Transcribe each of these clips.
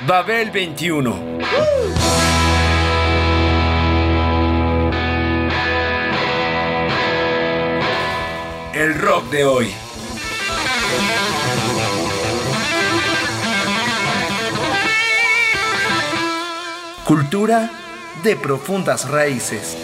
Babel 21. El rock de hoy. Cultura de profundas raíces.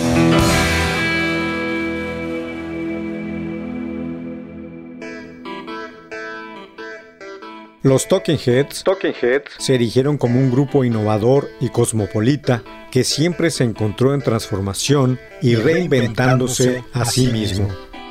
Los Talking Heads se erigieron como un grupo innovador y cosmopolita que siempre se encontró en transformación y reinventándose a sí mismo.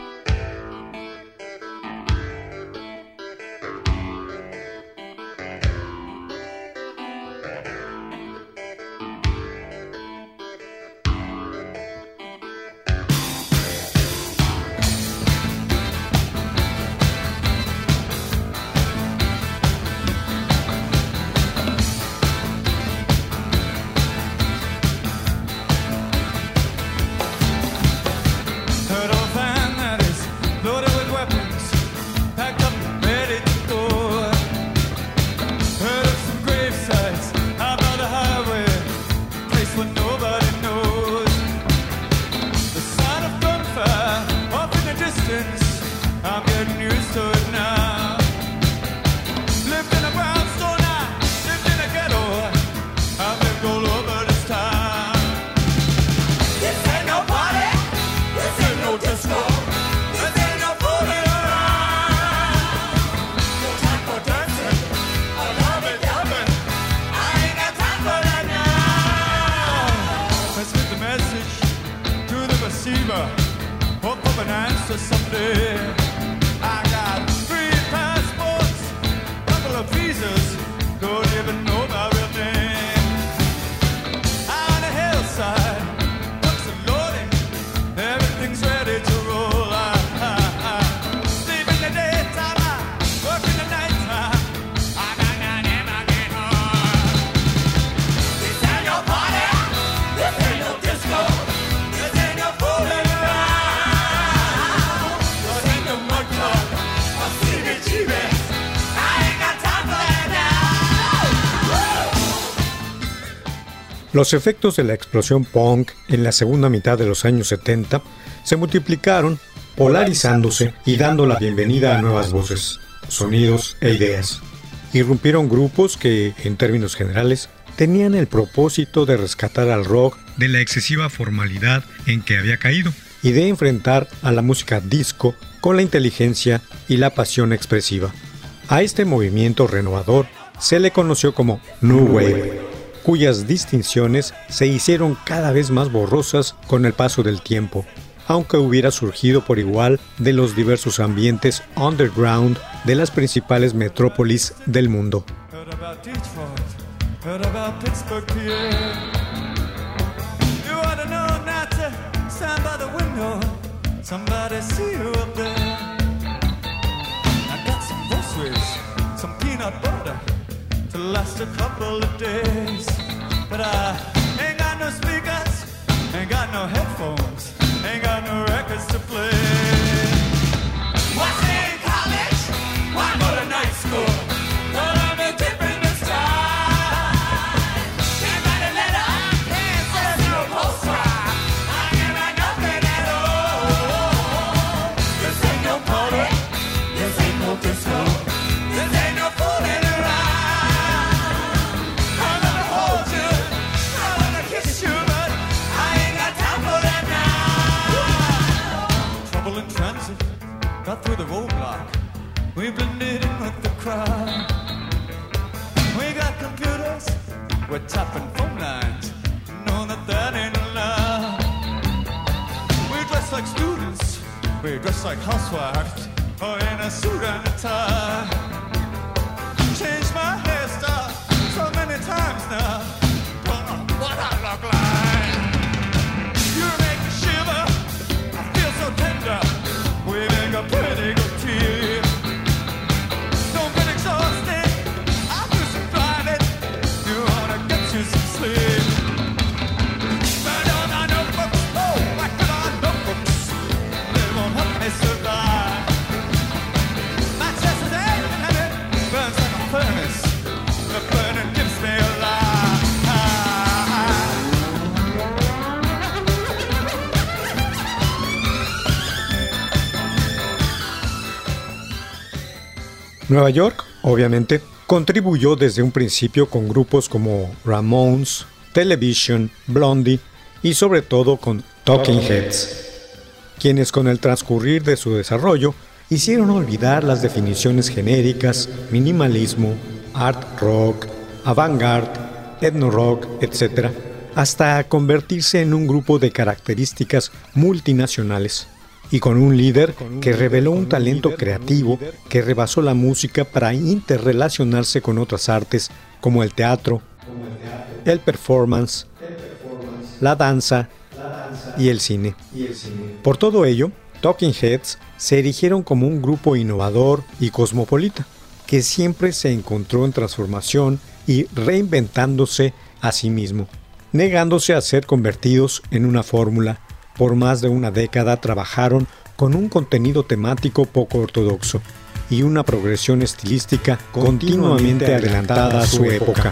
Los efectos de la explosión punk en la segunda mitad de los años 70 se multiplicaron, polarizándose y dando la bienvenida a nuevas voces, sonidos e ideas. Irrumpieron grupos que, en términos generales, tenían el propósito de rescatar al rock de la excesiva formalidad en que había caído y de enfrentar a la música disco con la inteligencia y la pasión expresiva. A este movimiento renovador se le conoció como New Wave, cuyas distinciones se hicieron cada vez más borrosas con el paso del tiempo, aunque hubiera surgido por igual de los diversos ambientes underground de las principales metrópolis del mundo. Last a couple of days, but I ain't got no speakers, ain't got no headphones, ain't got no records to play. Why stay in college? Why go to night school? Don't have a dip in the sky. Can't write a letter, can't send no postcard. I can't write nothing at all. This ain't no party, this ain't no disco, this ain't no fooling around. Got through the roadblock, we blended in with the crowd. We got computers, we're tapping phone lines, know that ain't allowed. We dress like students, we dress like housewives, or in a suit and a tie. Changed my hairstyle so many times now, don't know what I look like. You make me shiver, I feel so tender. We make a pretty good team. Don't get exhausted, I'll do some driving. You wanna get you some sleep. Burn on our notebooks, oh, whack on our notebooks. They won't help me survive. My chest is aching and it burns like a furnace. Nueva York, obviamente, contribuyó desde un principio con grupos como Ramones, Television, Blondie y sobre todo con Talking Heads, quienes con el transcurrir de su desarrollo hicieron olvidar las definiciones genéricas, minimalismo, art rock, avant-garde, ethno rock, etc., hasta convertirse en un grupo de características multinacionales y con un líder que reveló un talento creativo que rebasó la música para interrelacionarse con otras artes como el teatro, el performance, la danza y el cine. Por todo ello, Talking Heads se erigieron como un grupo innovador y cosmopolita, que siempre se encontró en transformación y reinventándose a sí mismo, negándose a ser convertidos en una fórmula. Por más de una década trabajaron con un contenido temático poco ortodoxo y una progresión estilística continuamente adelantada a su época.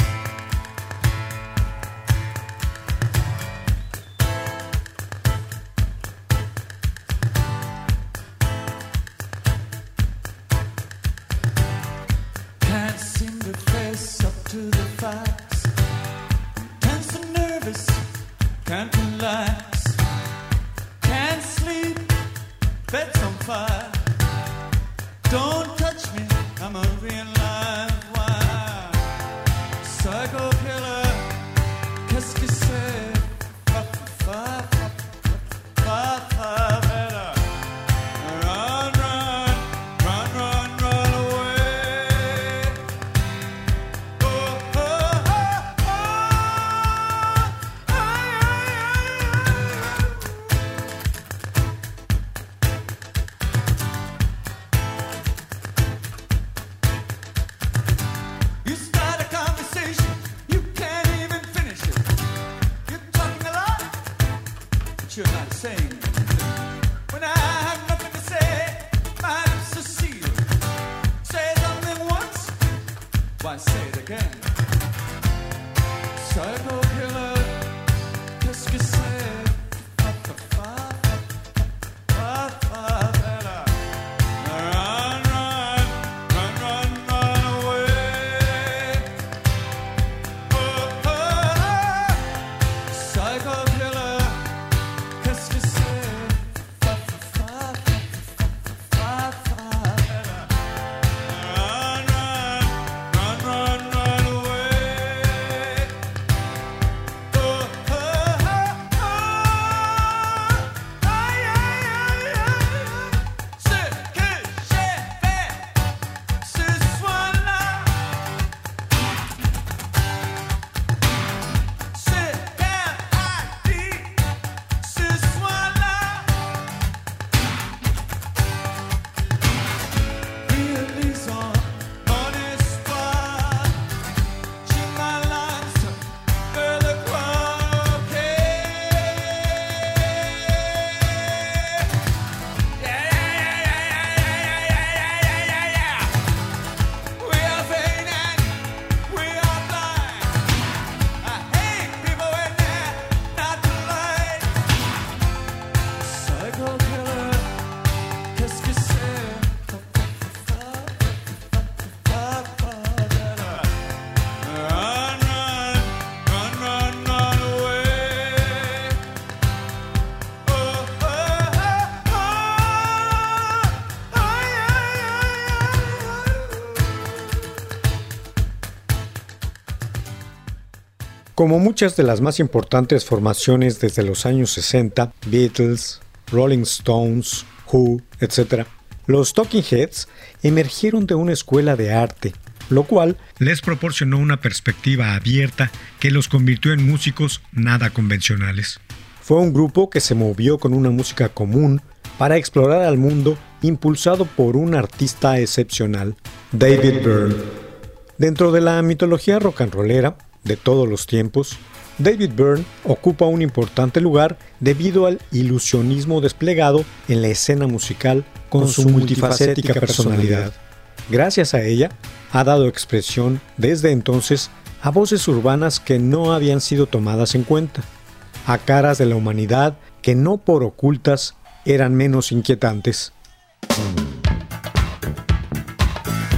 Como muchas de las más importantes formaciones desde los años 60, Beatles, Rolling Stones, Who, etc., los Talking Heads emergieron de una escuela de arte, lo cual les proporcionó una perspectiva abierta que los convirtió en músicos nada convencionales. Fue un grupo que se movió con una música común para explorar al mundo, impulsado por un artista excepcional, David Byrne. Dentro de la mitología rock and rollera de todos los tiempos, David Byrne ocupa un importante lugar debido al ilusionismo desplegado en la escena musical con su multifacética personalidad. Gracias a ella, ha dado expresión desde entonces a voces urbanas que no habían sido tomadas en cuenta, a caras de la humanidad que no por ocultas eran menos inquietantes.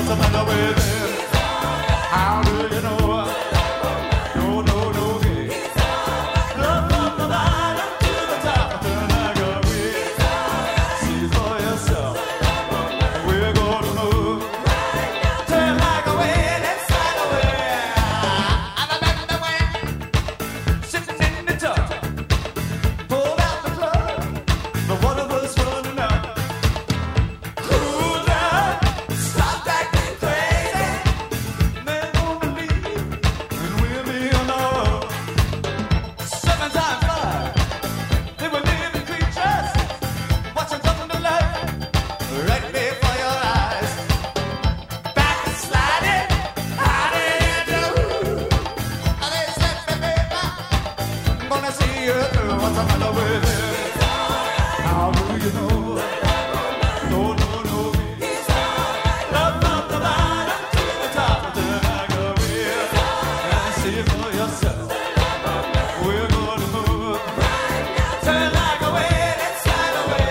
what's the matter with him? How do you know? No, okay. Up from the bottom to the top, turn like a wheel. See for yourself, we're gonna move. Turn like a wheel inside a wheel. Sitting in the tub, pulled out the plug, the water was running out. Who's out? Stop acting crazy. Men won't believe when we're being love. 7 times 5, they were living creatures, watching come to life right before your eyes. Back and sliding, how did you do? They said, baby, I'm gonna see you through. What's the matter with you? How do you know? No, up from the bottom to the top, turn like a wheel. And see for yourself, we're gonna move. Turn like a wheel inside a wheel.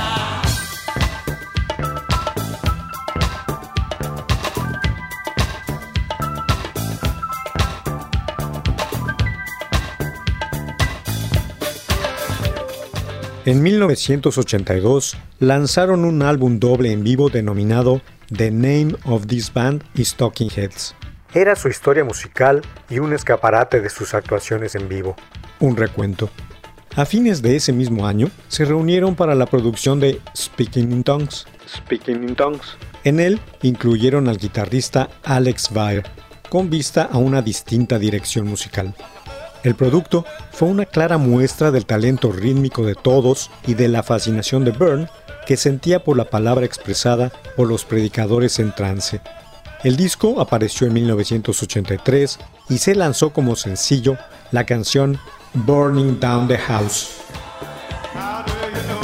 En 1982 lanzaron un álbum doble en vivo denominado The Name of This Band is Talking Heads. Era su historia musical y un escaparate de sus actuaciones en vivo, un recuento. A fines de ese mismo año se reunieron para la producción de Speaking in Tongues. En él incluyeron al guitarrista Alex Weir, con vista a una distinta dirección musical. El producto fue una clara muestra del talento rítmico de todos y de la fascinación de Byrne que sentía por la palabra expresada por los predicadores en trance. El disco apareció en 1983 y se lanzó como sencillo la canción Burning Down the House. How do you know?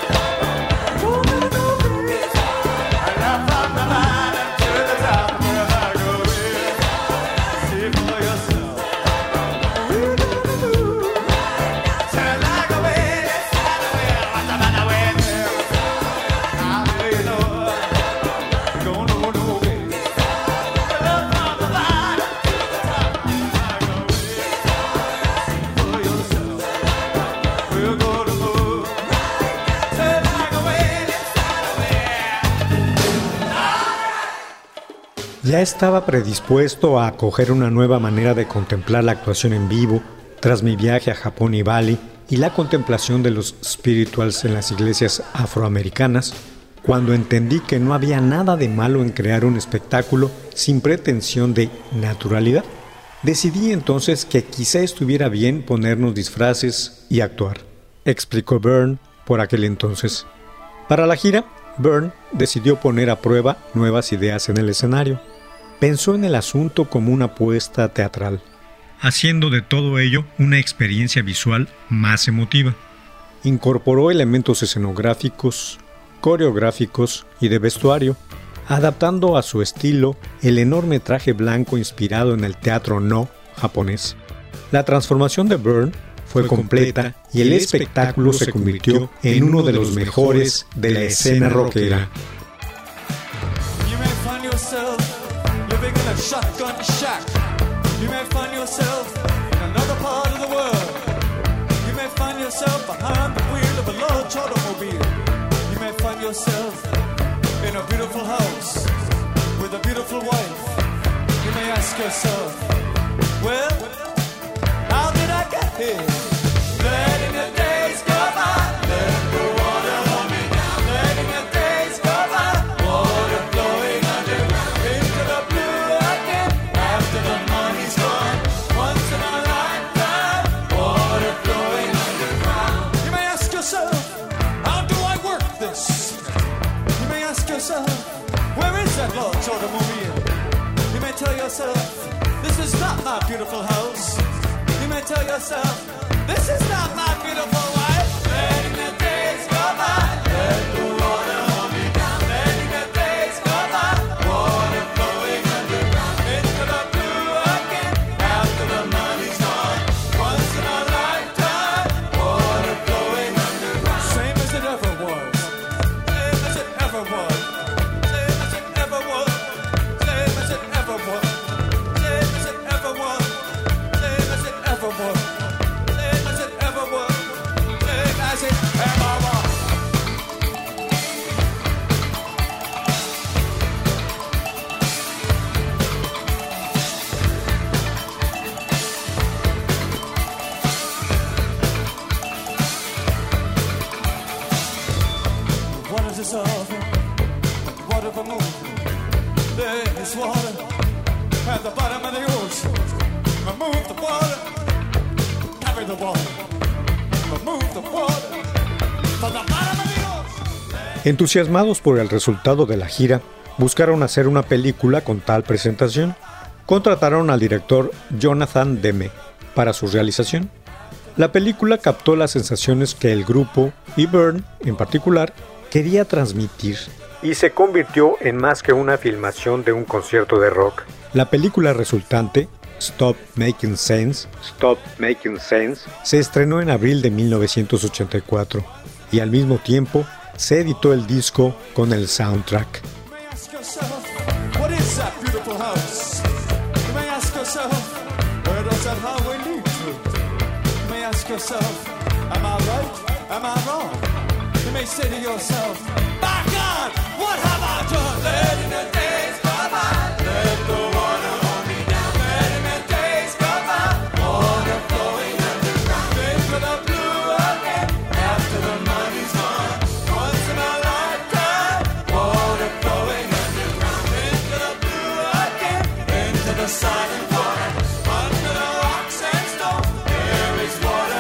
Up from the bottom to the top, turn like a wheel. See for yourself, we're gonna move. Turn like a wheel inside a wheel. What's the matter with you? How do you know? Don't know no way. Up from the bottom to the top, turn like a wheel. See for yourself, we're gonna move. Turn like a wheel inside a wheel. Ya estaba predispuesto a acoger una nueva manera de contemplar la actuación en vivo tras mi viaje a Japón y Bali y la contemplación de los spirituals en las iglesias afroamericanas, cuando entendí que no había nada de malo en crear un espectáculo sin pretensión de naturalidad. Decidí entonces que quizá estuviera bien ponernos disfraces y actuar, explicó Byrne por aquel entonces. Para la gira, Byrne decidió poner a prueba nuevas ideas en el escenario. Pensó en el asunto como una apuesta teatral, haciendo de todo ello una experiencia visual más emotiva. Incorporó elementos escenográficos, coreográficos y de vestuario, adaptando a su estilo el enorme traje blanco inspirado en el teatro no japonés. La transformación de Byrne fue completa y el espectáculo se convirtió en uno de los mejores de la escena rockera. You may find yourself living in a shotgun shack. You may find yourself in another part of the world. You may find yourself behind the wheel of a large automobile. You may find yourself in a beautiful house with a beautiful wife. You may ask yourself, well, how did I get here? Letting the days go by, let the water hold me down. Letting the days go by, water flowing underground into the blue again. After the money's gone, once in a lifetime, water flowing underground. You may ask yourself, how do I work this? You may ask yourself, where is that large automobile? You may tell yourself, this is not my beautiful house. You may tell yourself, this is not my beautiful wife. Letting the days go by, let the water hold me down. Letting the days go by, water flowing underground into the blue again. After the money's gone, once in a lifetime, water flowing underground. Same as it ever was. Same as it ever was. Same as it ever was. there is water at the bottom of the ocean. Remove the water, carry the water. Remove the water from the bottom of the ocean. Entusiasmados por el resultado de la gira, buscaron hacer una película con tal presentación. Contrataron al director Jonathan Demme para su realización. La película captó las sensaciones que el grupo, y Byrne en particular, quería transmitir, y se convirtió en más que una filmación de un concierto de rock. La película resultante, Stop Making Sense, se estrenó en abril de 1984, y al mismo tiempo se editó el disco con el soundtrack. Am I right? Am I wrong? You may say to yourself, my God, what have I done? Letting the days go by, let the water hold me down. Letting the days go by, water flowing underground. Into the blue again, after the money's gone. Once in a lifetime, water flowing underground. Into the blue again, into the silent water. Under the rocks and stones, there is water.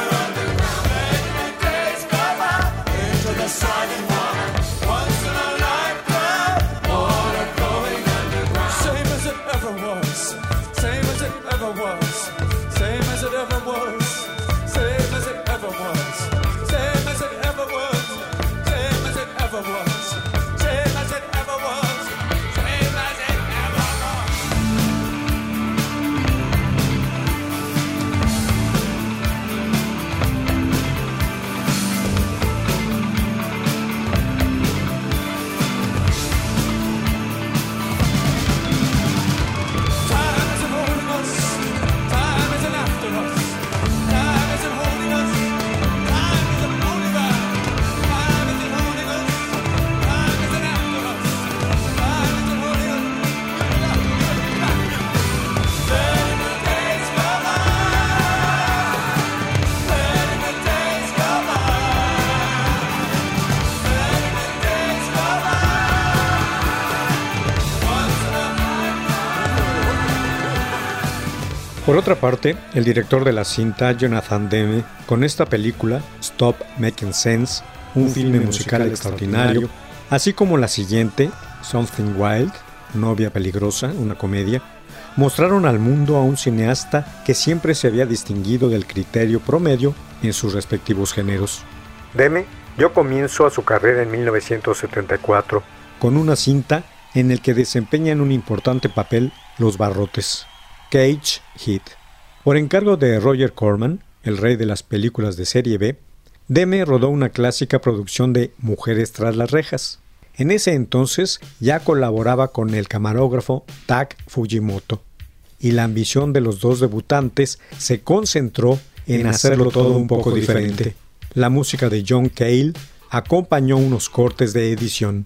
Silent water, once in a lifetime, water flowing underground. Same as it ever was, same as it ever was, same as it ever was, same as it ever was, same as it ever was, same as it ever was, same as it ever was, same as it ever was. Por otra parte, el director de la cinta, Jonathan Demme, con esta película, Stop Making Sense, un filme musical extraordinario, así como la siguiente, Something Wild, Novia Peligrosa, una comedia, mostraron al mundo a un cineasta que siempre se había distinguido del criterio promedio en sus respectivos géneros. Demme dio comienzo a su carrera en 1974, con una cinta en el que desempeñan un importante papel los barrotes. Cage Hit. Por encargo de Roger Corman, el rey de las películas de serie B, Demme rodó una clásica producción de Mujeres tras las rejas. En ese entonces ya colaboraba con el camarógrafo Tak Fujimoto, y la ambición de los dos debutantes se concentró en hacerlo todo un poco diferente. La música de John Cale acompañó unos cortes de edición.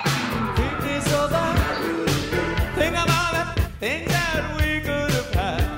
Things that we could have had.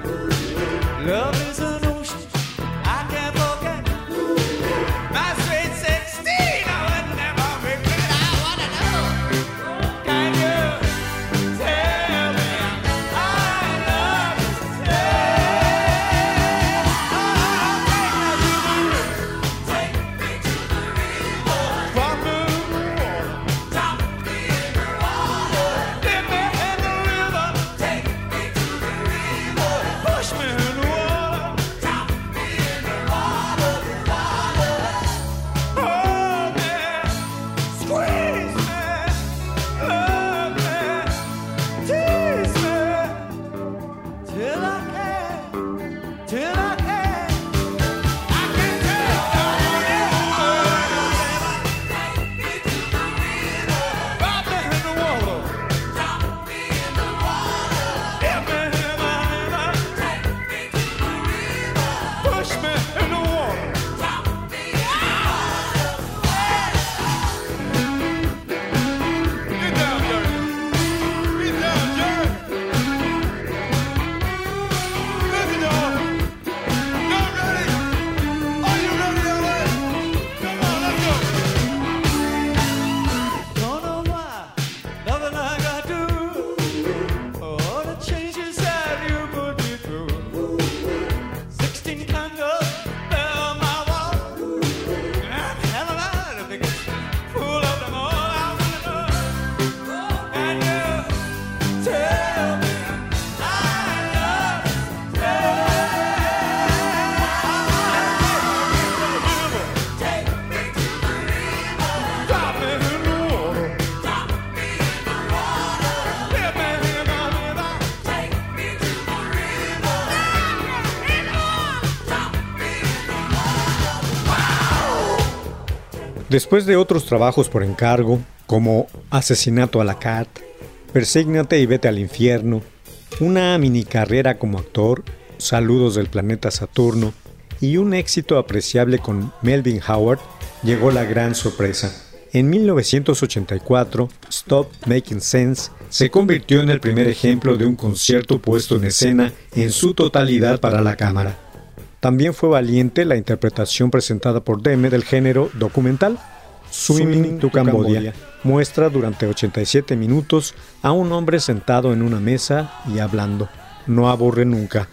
Después de otros trabajos por encargo, como Asesinato a la Cat, Persígnate y vete al infierno, una mini carrera como actor, Saludos del planeta Saturno y un éxito apreciable con Melvin Howard, llegó la gran sorpresa. En 1984, Stop Making Sense se convirtió en el primer ejemplo de un concierto puesto en escena en su totalidad para la cámara. También fue valiente la interpretación presentada por Demme del género documental. Swimming to Cambodia muestra durante 87 minutos a un hombre sentado en una mesa y hablando. No aburre nunca.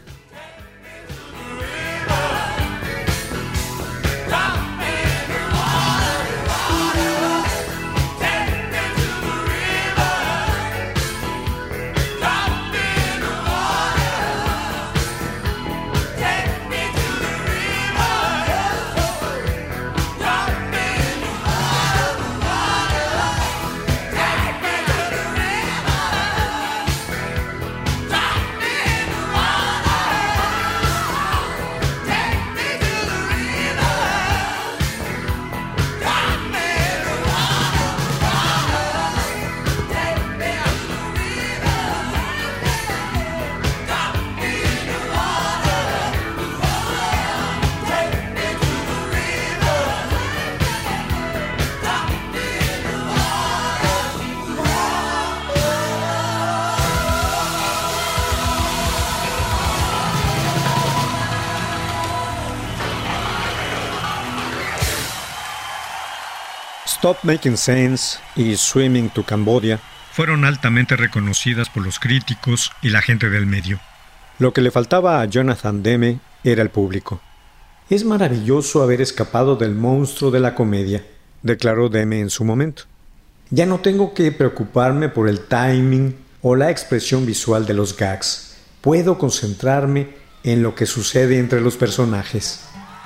Stop Making Sense y Swimming to Cambodia fueron altamente reconocidas por los críticos y la gente del medio. Lo que le faltaba a Jonathan Demme era el público. Es maravilloso haber escapado del monstruo de la comedia, declaró Demme en su momento. Ya no tengo que preocuparme por el timing o la expresión visual de los gags. Puedo concentrarme en lo que sucede entre los personajes.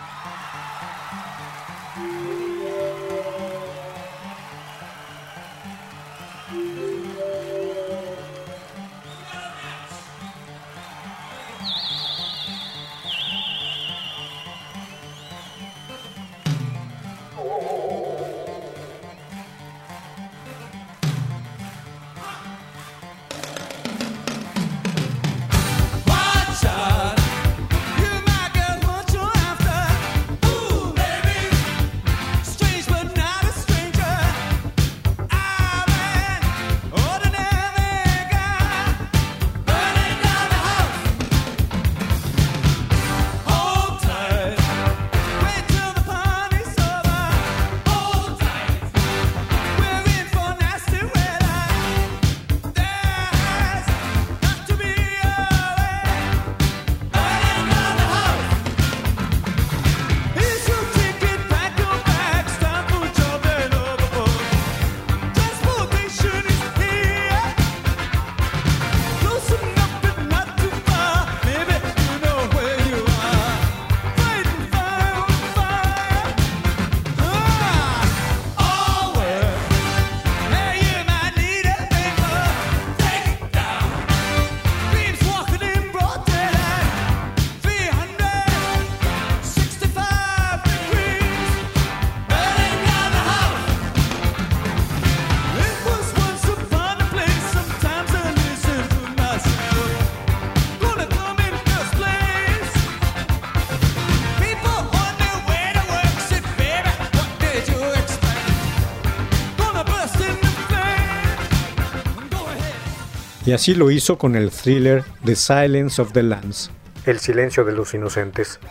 Y así lo hizo con el thriller The Silence of the Lambs, El silencio de los inocentes,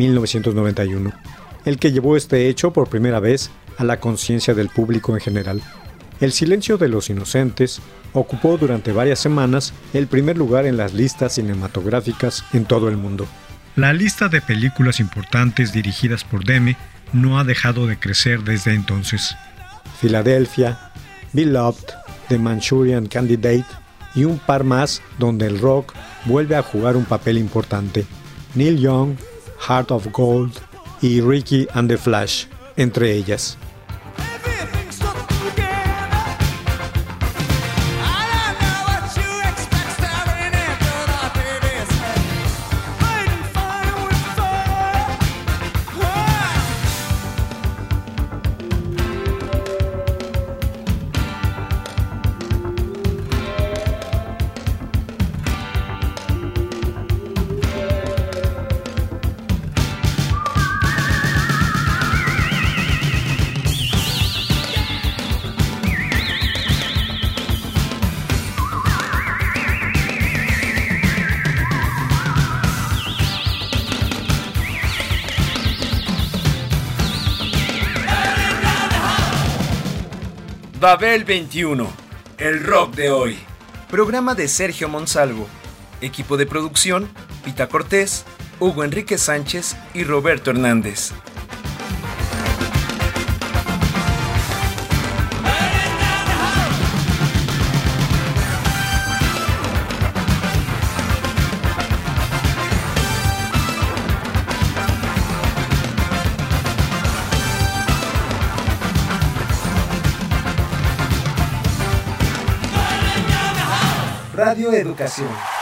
1991, el que llevó este hecho por primera vez a la conciencia del público en general. El silencio de los inocentes ocupó durante varias semanas el primer lugar en las listas cinematográficas en todo el mundo. La lista de películas importantes dirigidas por Demme no ha dejado de crecer desde entonces. Philadelphia, Beloved, The Manchurian Candidate y un par más donde el rock vuelve a jugar un papel importante. Neil Young, Heart of Gold y Ricky and the Flash, entre ellas. Babel 21, el rock de hoy. Programa de Sergio Monsalvo. Equipo de producción, Pita Cortés, Hugo Enrique Sánchez y Roberto Hernández. Radio Educación.